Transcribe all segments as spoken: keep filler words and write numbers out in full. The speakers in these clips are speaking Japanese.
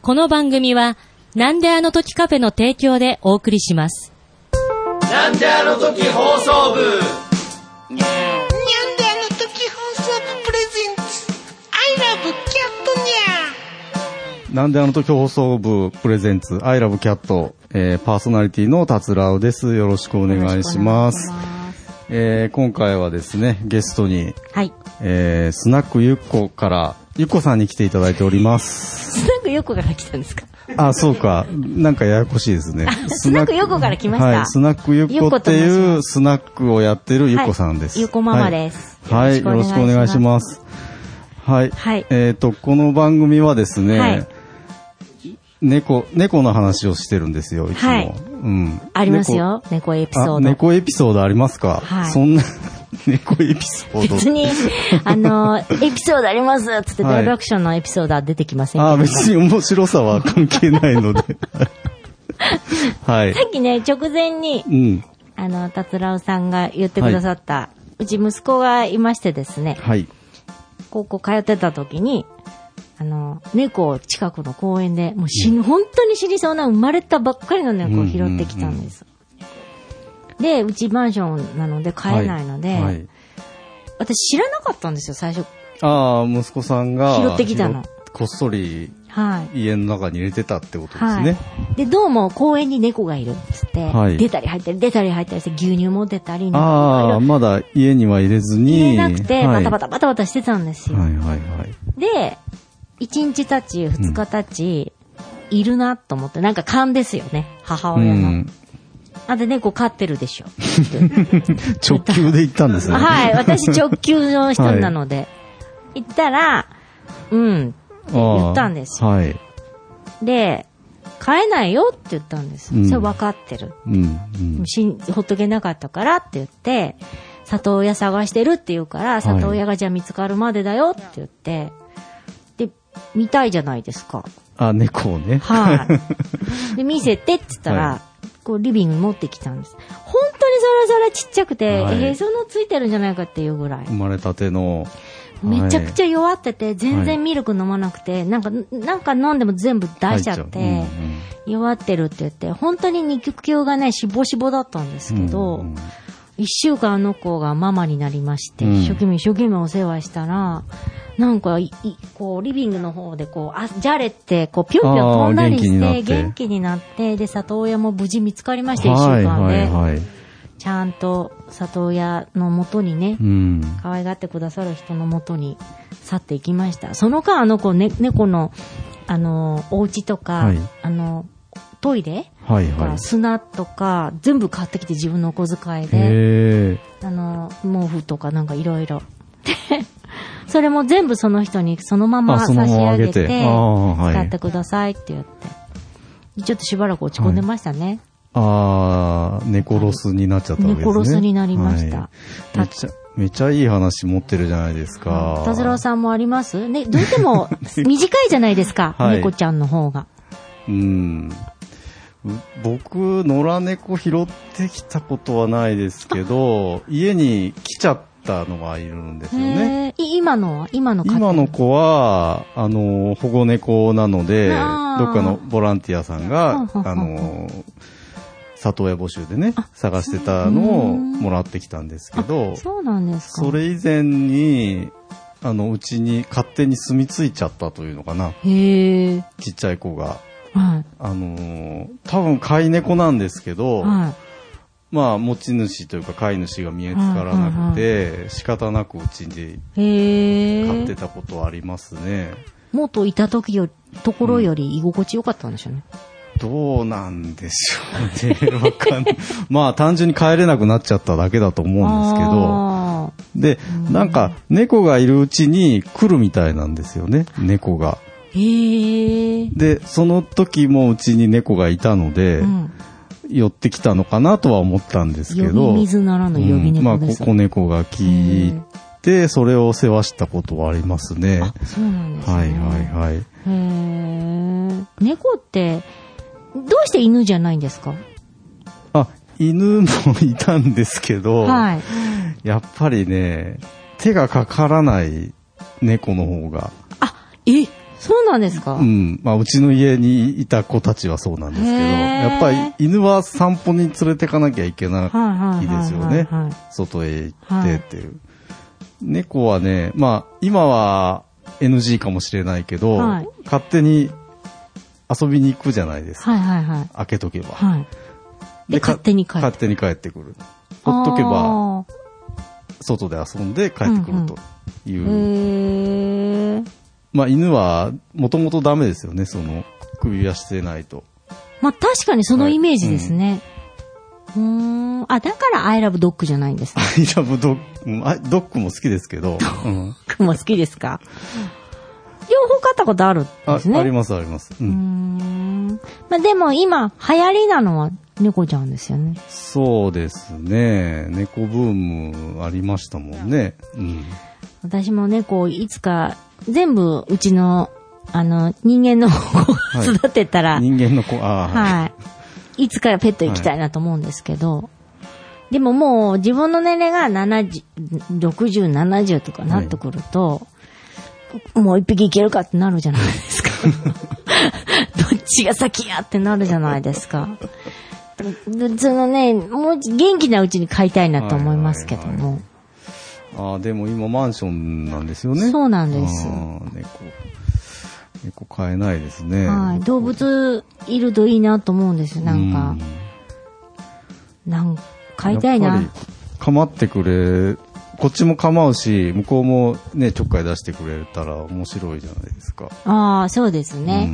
この番組はなんであの時カフェの提供でお送りします。 なんであの時放送部。 にゃんであの時放送部プレゼンツ I love cat にゃん。 なんであの時放送部プレゼンツ I love cat、えー、パーソナリティの達郎です。よろしくお願いします。えー、今回はですね、ゲストに、はい、えー、スナックゆっこからゆっこさんに来ていただいております。 スナックゆっこから来たんですか？ あ、そうか。なんかややこしいですね。 スナックゆっこから来ました。 はい、スナックゆっこっていうスナックをやってるゆっこさんです。 はい、ゆっこママです。 はい、よろしくお願いします。はい。はい、えっと、この番組はですね、はい、猫、猫の話をしてるんですよ、いつも。はい、うん。ありますよ、猫エピソード。 猫エピソードありますか？はい。そんな、猫エピソード。 別に、あの、エピソードありますっつって大爆笑のエピソードは出てきませんけど、 はい、あ、別に面白さは関係ないので。はい。 さっきね、直前に、うん、あの、達郎さんが言ってくださった、はい、うち息子がいましてですね、はい。高校通ってた時に、あの、猫を近くの公園で、もう死ぬ、うん、本当に死にそうな生まれたばっかりの猫を拾ってきたんです。うんうんうん、で、うちマンションなので飼えないので、はいはい、私知らなかったんですよ、最初。 ああ、息子さんが。 拾ってきたの。 こっそり、はい。家の中に入れてたってことですね。はい、 で、どうも公園に猫がいるっつって、はい、出たり入ったり、出たり入ったりして牛乳も出たり、 ああ、まだ家には入れずに。 入れなくて、バタバタバタバタしてたんですよ。 はいはいはい。 で、一日経ち、二日経ち、うん、いるなと思って、なんか勘ですよね、母親の。うん、あ、で、猫飼ってるでしょ。 直球で行ったんですね。 はい、私直球の人なので。はい、行ったら、うんって言ったんですよ。はい、で、飼えないよって言ったんです。うん、それ分かってる。うんうん、しんほっとけなかったからって言って、里親探してるって言うから、里親がじゃあ見つかるまでだよって言って、で、見たいじゃないですか。 あ、猫をね。 はい。で、見せてって言ったら、はい、こうリビングに持ってきたんです。本当にそれぞれちっちゃくて、はい、へそのついてるんじゃないかっていうぐらい。 生まれたての。 めちゃくちゃ弱ってて、全然ミルク飲まなくて、はい、なんか、なんか飲んでも全部出しちゃって、うんうん、弱ってるって言って、本当に肉球がね、しぼしぼだったんですけど、うんうん、一週間あの子がママになりまして、うん、一生懸命一生懸命お世話したら、なんかい、いこう、リビングの方でこう、あ、じゃれって、こう、ぴょんぴょん飛んだりして、元気になって、で、里親も無事見つかりまして、一週間で。はいはいはい、ちゃんと里親の元にね、うん、可愛がってくださる人の元に去っていきました。その間、あの子、ね、猫の、あの、お家とか、はい、あの、トイレ、はいはい、砂とか、全部買ってきて自分のお小遣いで、あの、毛布とかなんかいろいろ。それも全部その人にそのまま差し上げて、使ってくださいって言って。ちょっとしばらく落ち込んでましたね。はい、 ああ、猫ロスになっちゃったわけですね。 猫ロスになりました。はい、 めちゃ、めちゃいい話持ってるじゃないですか。 達郎さんもありますね。どうしても短いじゃないですか、はい、猫ちゃんの方が。 うん。僕、野良猫拾ってきたことはないですけど、家に来ちゃったのがいるんですよね。 今のは今の今の子は、あの、保護猫なので、どっかのボランティアさんが、あの、里親募集でね、探してたのをもらってきたんですけど、 そうなんですか。 それ以前に、あの、うちに勝手に住み着いちゃったというのかな。へー。ちっちゃい子が。はい、あのー、多分飼い猫なんですけど、はい、まあ持ち主というか飼い主が見えつからなくて、はいはいはい、仕方なくうちで飼ってたことはありますね。 元いた時よところより居心地良かったんでしょうね。 うん、どうなんでしょうね。わかんない。まあ単純に帰れなくなっちゃっただけだと思うんですけど、で、なんか猫がいるうちに来るみたいなんですよね、猫が。 へー。 で、その時もうちに猫がいたので、うん、寄ってきたのかなとは思ったんですけど、 呼び水ならぬ呼び猫です、うん、 まあ、子猫が聞いて、それを世話したことはありますね。 あ、そうなんですね。 はいはいはい。へー。猫って、どうして犬じゃないんですか？ あ、犬もいたんですけど、はい、やっぱりね、手がかからない猫の方が。 あ、えそうなんですか？ うん。まあ、うちの家にいた子たちはそうなんですけど、やっぱり犬は散歩に連れてかなきゃいけないですよね。外へ行ってっていう。はい、猫はね、まあ、今は エヌジー かもしれないけど、はい、勝手に遊びに行くじゃないですか。はいはいはい、開けとけば。はい、 で勝手に帰って勝手に帰ってくる。ほっとけば、外で遊んで帰ってくるという。うんうん、へー。まあ、犬はもともとダメですよね、その首輪してないと。 まあ、確かにそのイメージですね。はい、うん、うーん。あ、だからアイラブドッグじゃないんですね。 アイラブドッグ、ドッグも好きですけど。 ドッグも好きですか？両方飼ったことあるんですね。 あ、ありますあります。うん。うーん、まあ、でも今流行りなのは猫ちゃんですよね。 そうですね。猫ブームありましたもんね。うん。 私も猫いつか全部うちのあの人間の子が育てたら、 はい、人間の子、ああ、 はい。いつかペット行きたいなと思うんですけど、はい、でももう自分の年齢がななじゅう、ろくじゅう、ななじゅうとかなってくると、はい、もう一匹いけるかってなるじゃないですか。どっちが先やってなるじゃないですか。そのね、もう元気なうちに飼いたいなと思いますけども。はいはいはい、 ああ、でも今マンションなんですよね。 そうなんです。 猫、猫飼えないですね。 はい。動物いるといいなと思うんですよ。なんか、んなんか飼いたいな。 構ってくれ、こっちも構うし、向こうもね、ちょっかい出してくれたら面白いじゃないですか。 ああ、そうですね。うん、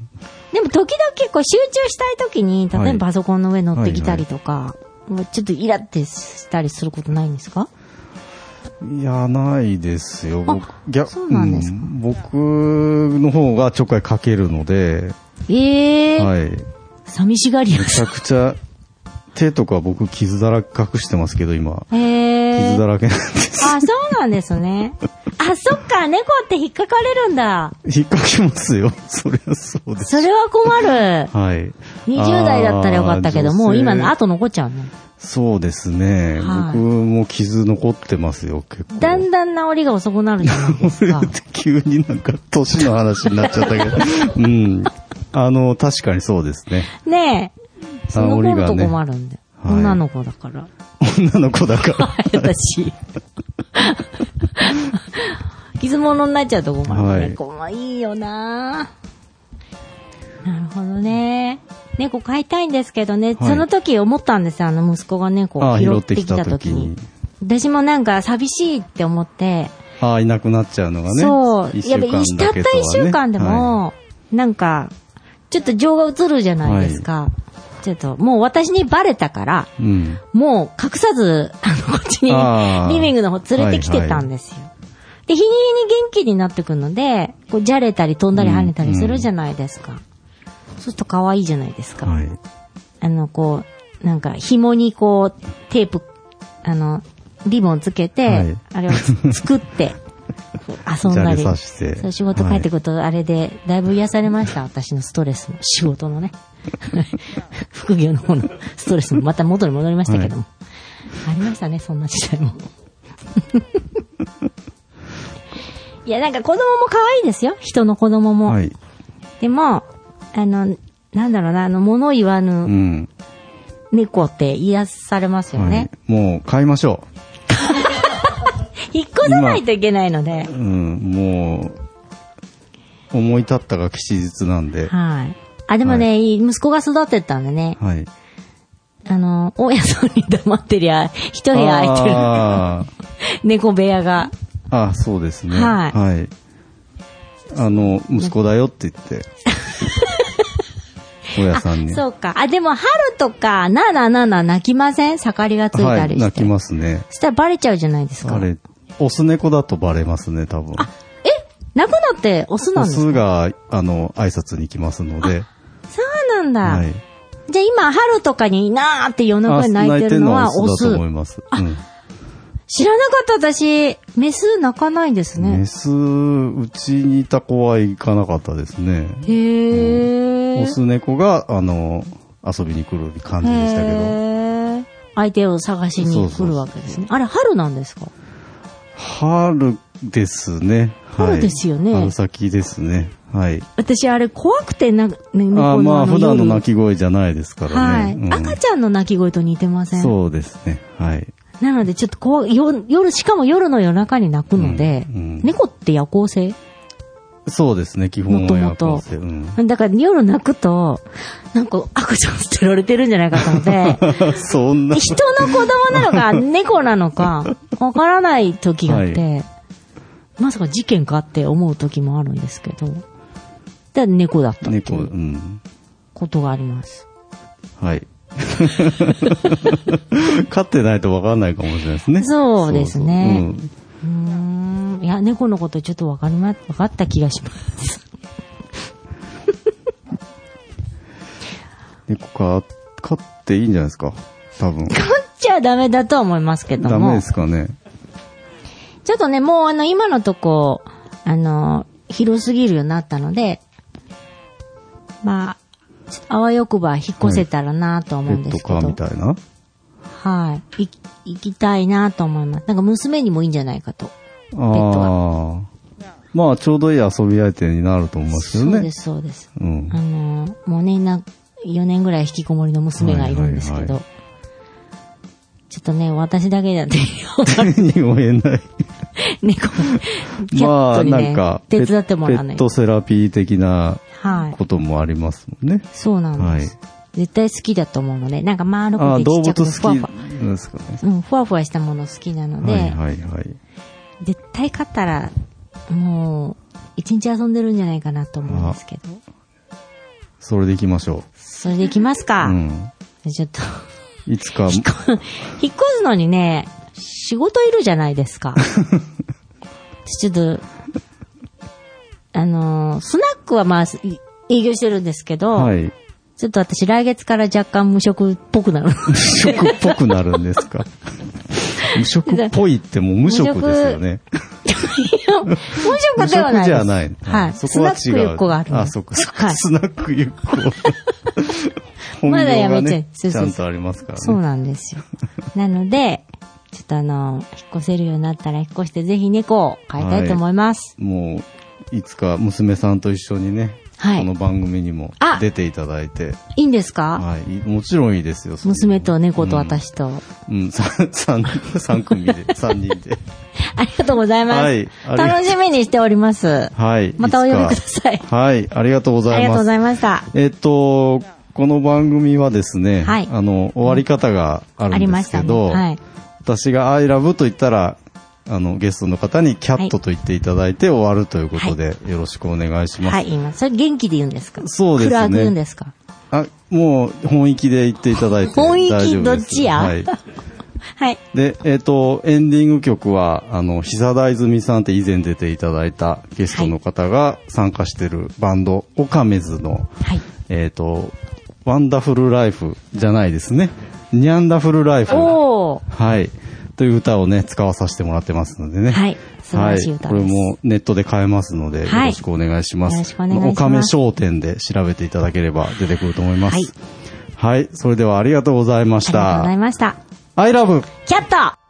でも時々結構集中したい時に、例えばパソコンの上乗ってきたりとか、はいはいはい、ちょっとイラってしたりすることないんですか？ いや、ないですよ。僕、 そうなんですか、うん、 僕の方がちょっかいかけるので。 ええー。 はい。 寂しがり屋。 めちゃくちゃ、手とか僕傷だらけ隠してますけど、今。 へー。 傷だらけなんです。 あ、そうなんですね。あ、そっか、猫って引っかかれるんだ。 引っかけますよ。それはそうです。 それは困る。 はい。 にじゅう代だったらよかったけど、もう今の後残っちゃうね。 そうですね、はい。僕も傷残ってますよ、結構。 だんだん治りが遅くなるじゃないですか。 急になんか年の話になっちゃったけど。うん。あの、確かにそうですね。 ねえ。その子のと困るんで、はい。女の子だから。 女の子だから。 私。傷物になっちゃうと困る。はい、猫もいいよな。なるほどね。猫飼いたいんですけどね、はい、その時思ったんですよ。あの息子が猫を拾ってきた時に。私もなんか寂しいって思って。 ああ、いなくなっちゃうのがね。 そう。やっぱりたった一週間でも、はい、なんか、ちょっと情が映るじゃないですか。はい、ちょっと、もう私にバレたから、うん、もう隠さず、あの、こっちにリビングの方連れてきてたんですよ。はいはい、で、日に日に元気になってくるので、こう、じゃれたり飛んだり跳ねたりするじゃないですか。うんうん、そうすると可愛いじゃないですか。はい、あの、こう、なんか、紐にこう、テープ、あの、リボンつけて、はい、あれを作って、遊んだり。そう、仕事帰ってくると、あれで、だいぶ癒されました。私のストレスも、仕事のね。副業の方のストレスも、また元に戻りましたけども。はい、ありましたね、そんな時代も。いや、なんか子供も可愛いですよ。人の子供も。はい、でも、あの、なんだろうな、あの、物言わぬ猫って癒されますよね。はい、 もう買いましょう。 引っ越さないといけないので。 うん、もう、思い立ったが吉日なんで。 はい。あ、でもね、はい、息子が育てたんでね。はい。あの、大家さんに黙ってりゃ、一部屋空いてる。猫部屋が。 あ、そうですね。はい。はい。あの、息子だよって言って。大家さんに。 そうか。あ、でも春とか、なななな泣きません？盛りがついたりして。 はい、泣きますね。 そしたらバレちゃうじゃないですか。 あれ、オス猫だとバレますね、多分。 あ、え？泣くのってオスなんですか？ オスが、あの、挨拶に来ますので。 そうなんだ。はい。じゃあ今、春とかになーって夜中に泣いてるのはオス。 オスだと思います。うん。 知らなかった私、メス泣かないんですね。 メス、うちにいた子は行かなかったですね。 へー。 うん、オス猫が、あの、遊びに来る感じでしたけど。へー。相手を探しに来るわけですね。そうそうそう。あれ、春なんですか？ 春ですね。 春ですよね。 はい、春先ですね。 はい。 私あれ怖くてな、ね、猫のあまあ普段の鳴き声じゃないですからね。 はい。うん、赤ちゃんの鳴き声と似てません？ そうですね。はい。 なのでちょっとこう、夜、しかも夜の夜中に鳴くので、うんうん、猫って夜行性？ そうですね、基本は夜行性。 うん、だから夜鳴くと、なんか赤ちゃん捨てられてるんじゃないかと思って。 そんな。 人の子供なのか、猫なのか、わからない時があって、はい、まさか事件かって思う時もあるんですけど、で猫だったっていうことがあります。 はい。飼ってないとわかんないかもしれないですね。 そうですね。そうそう、うん、うーん、いや、猫のことちょっとわかりま、わかった気がします。 猫か、飼っていいんじゃないですか、多分。 飼っちゃダメだとは思いますけども。 ダメですかね。 ちょっとね、もうあの、今のとこ、あの、広すぎるようになったので、まあ、あわよくば引っ越せたらなと思うんですけど。 ペットカーみたいな？ はい。い、行きたいなと思います。なんか娘にもいいんじゃないかと。ペットは。 まあ、ちょうどいい遊び相手になると思いますよね。 そうです、そうです。うん、あの、もうね、な、よねんぐらい引きこもりの娘がいるんですけど、はいはいはい、ちょっとね、私だけだって。 誰にも言えない。 猫、キャットにね、まあ、なんか手伝ってもらわない。 ペットセラピー的なこともありますもんね。 はい、そうなんです。はい、絶対好きだと思うので、なんか丸くてちっちゃくてふわふわ。 ですかね。 うん、ふわふわしたもの好きなので、はいはいはい、絶対飼ったら、もう、一日遊んでるんじゃないかなと思うんですけど。 それで行きましょう。 それで行きますか。うん。ちょっと。 いつか。 引っ越すのにね、仕事いるじゃないですか。ちょっと、あのー、スナックはまあ、営業してるんですけど、はい。ちょっと私来月から若干無職っぽくなる。 無職っぽくなるんですか。無職っぽいってもう無職ですよね。 無職ではないです。無職じゃない。 はい。そこは違う。 スナックゆっこがある。 あ、そこ、そこ、スナックゆっこ。 まだやめちゃう。ちゃんとありますからね。 そうなんですよ。なので、ちょっとあの、引っ越せるようになったら引っ越してぜひ猫を飼いたいと思います。 はい、もう、いつか娘さんと一緒にね、はい、この番組にも出ていただいて。 いいんですか？ はい。もちろんいいですよ。 娘と猫と私と。 うん、三、三、三組で、三人で。 ありがとうございます。はい。楽しみにしております。 はい。 またお呼びください。 はい。ありがとうございます。ありがとうございました。 えっと、この番組はですね、はい、あの、終わり方があるんですけど、うんねはい、私が I love と言ったら、あの、ゲストの方にキャットと言っていただいて終わるということで、はい、よろしくお願いします。 はい、今、それ元気で言うんですか？ そうですね。 暗く言うんですか？ あ、もう本意気で言っていただいて本意気どっちや？はい。はい。 で、えっと、エンディング曲は、あの、久田泉さんって以前出ていただいたゲストの方が参加してるバンド、オカメズの、はい、えっと、ワンダフルライフじゃないですね。ニャンダフルライフ。 おー。 はい。という歌をね、使わさせてもらってますのでね。 はい。素晴らしい歌です。 はい。これもネットで買えますので、はい、よろしくお願いします。よろしくお願いします。おかめ商店で調べていただければ出てくると思います。はい。はい。それではありがとうございました。 ありがとうございました。 I love キャット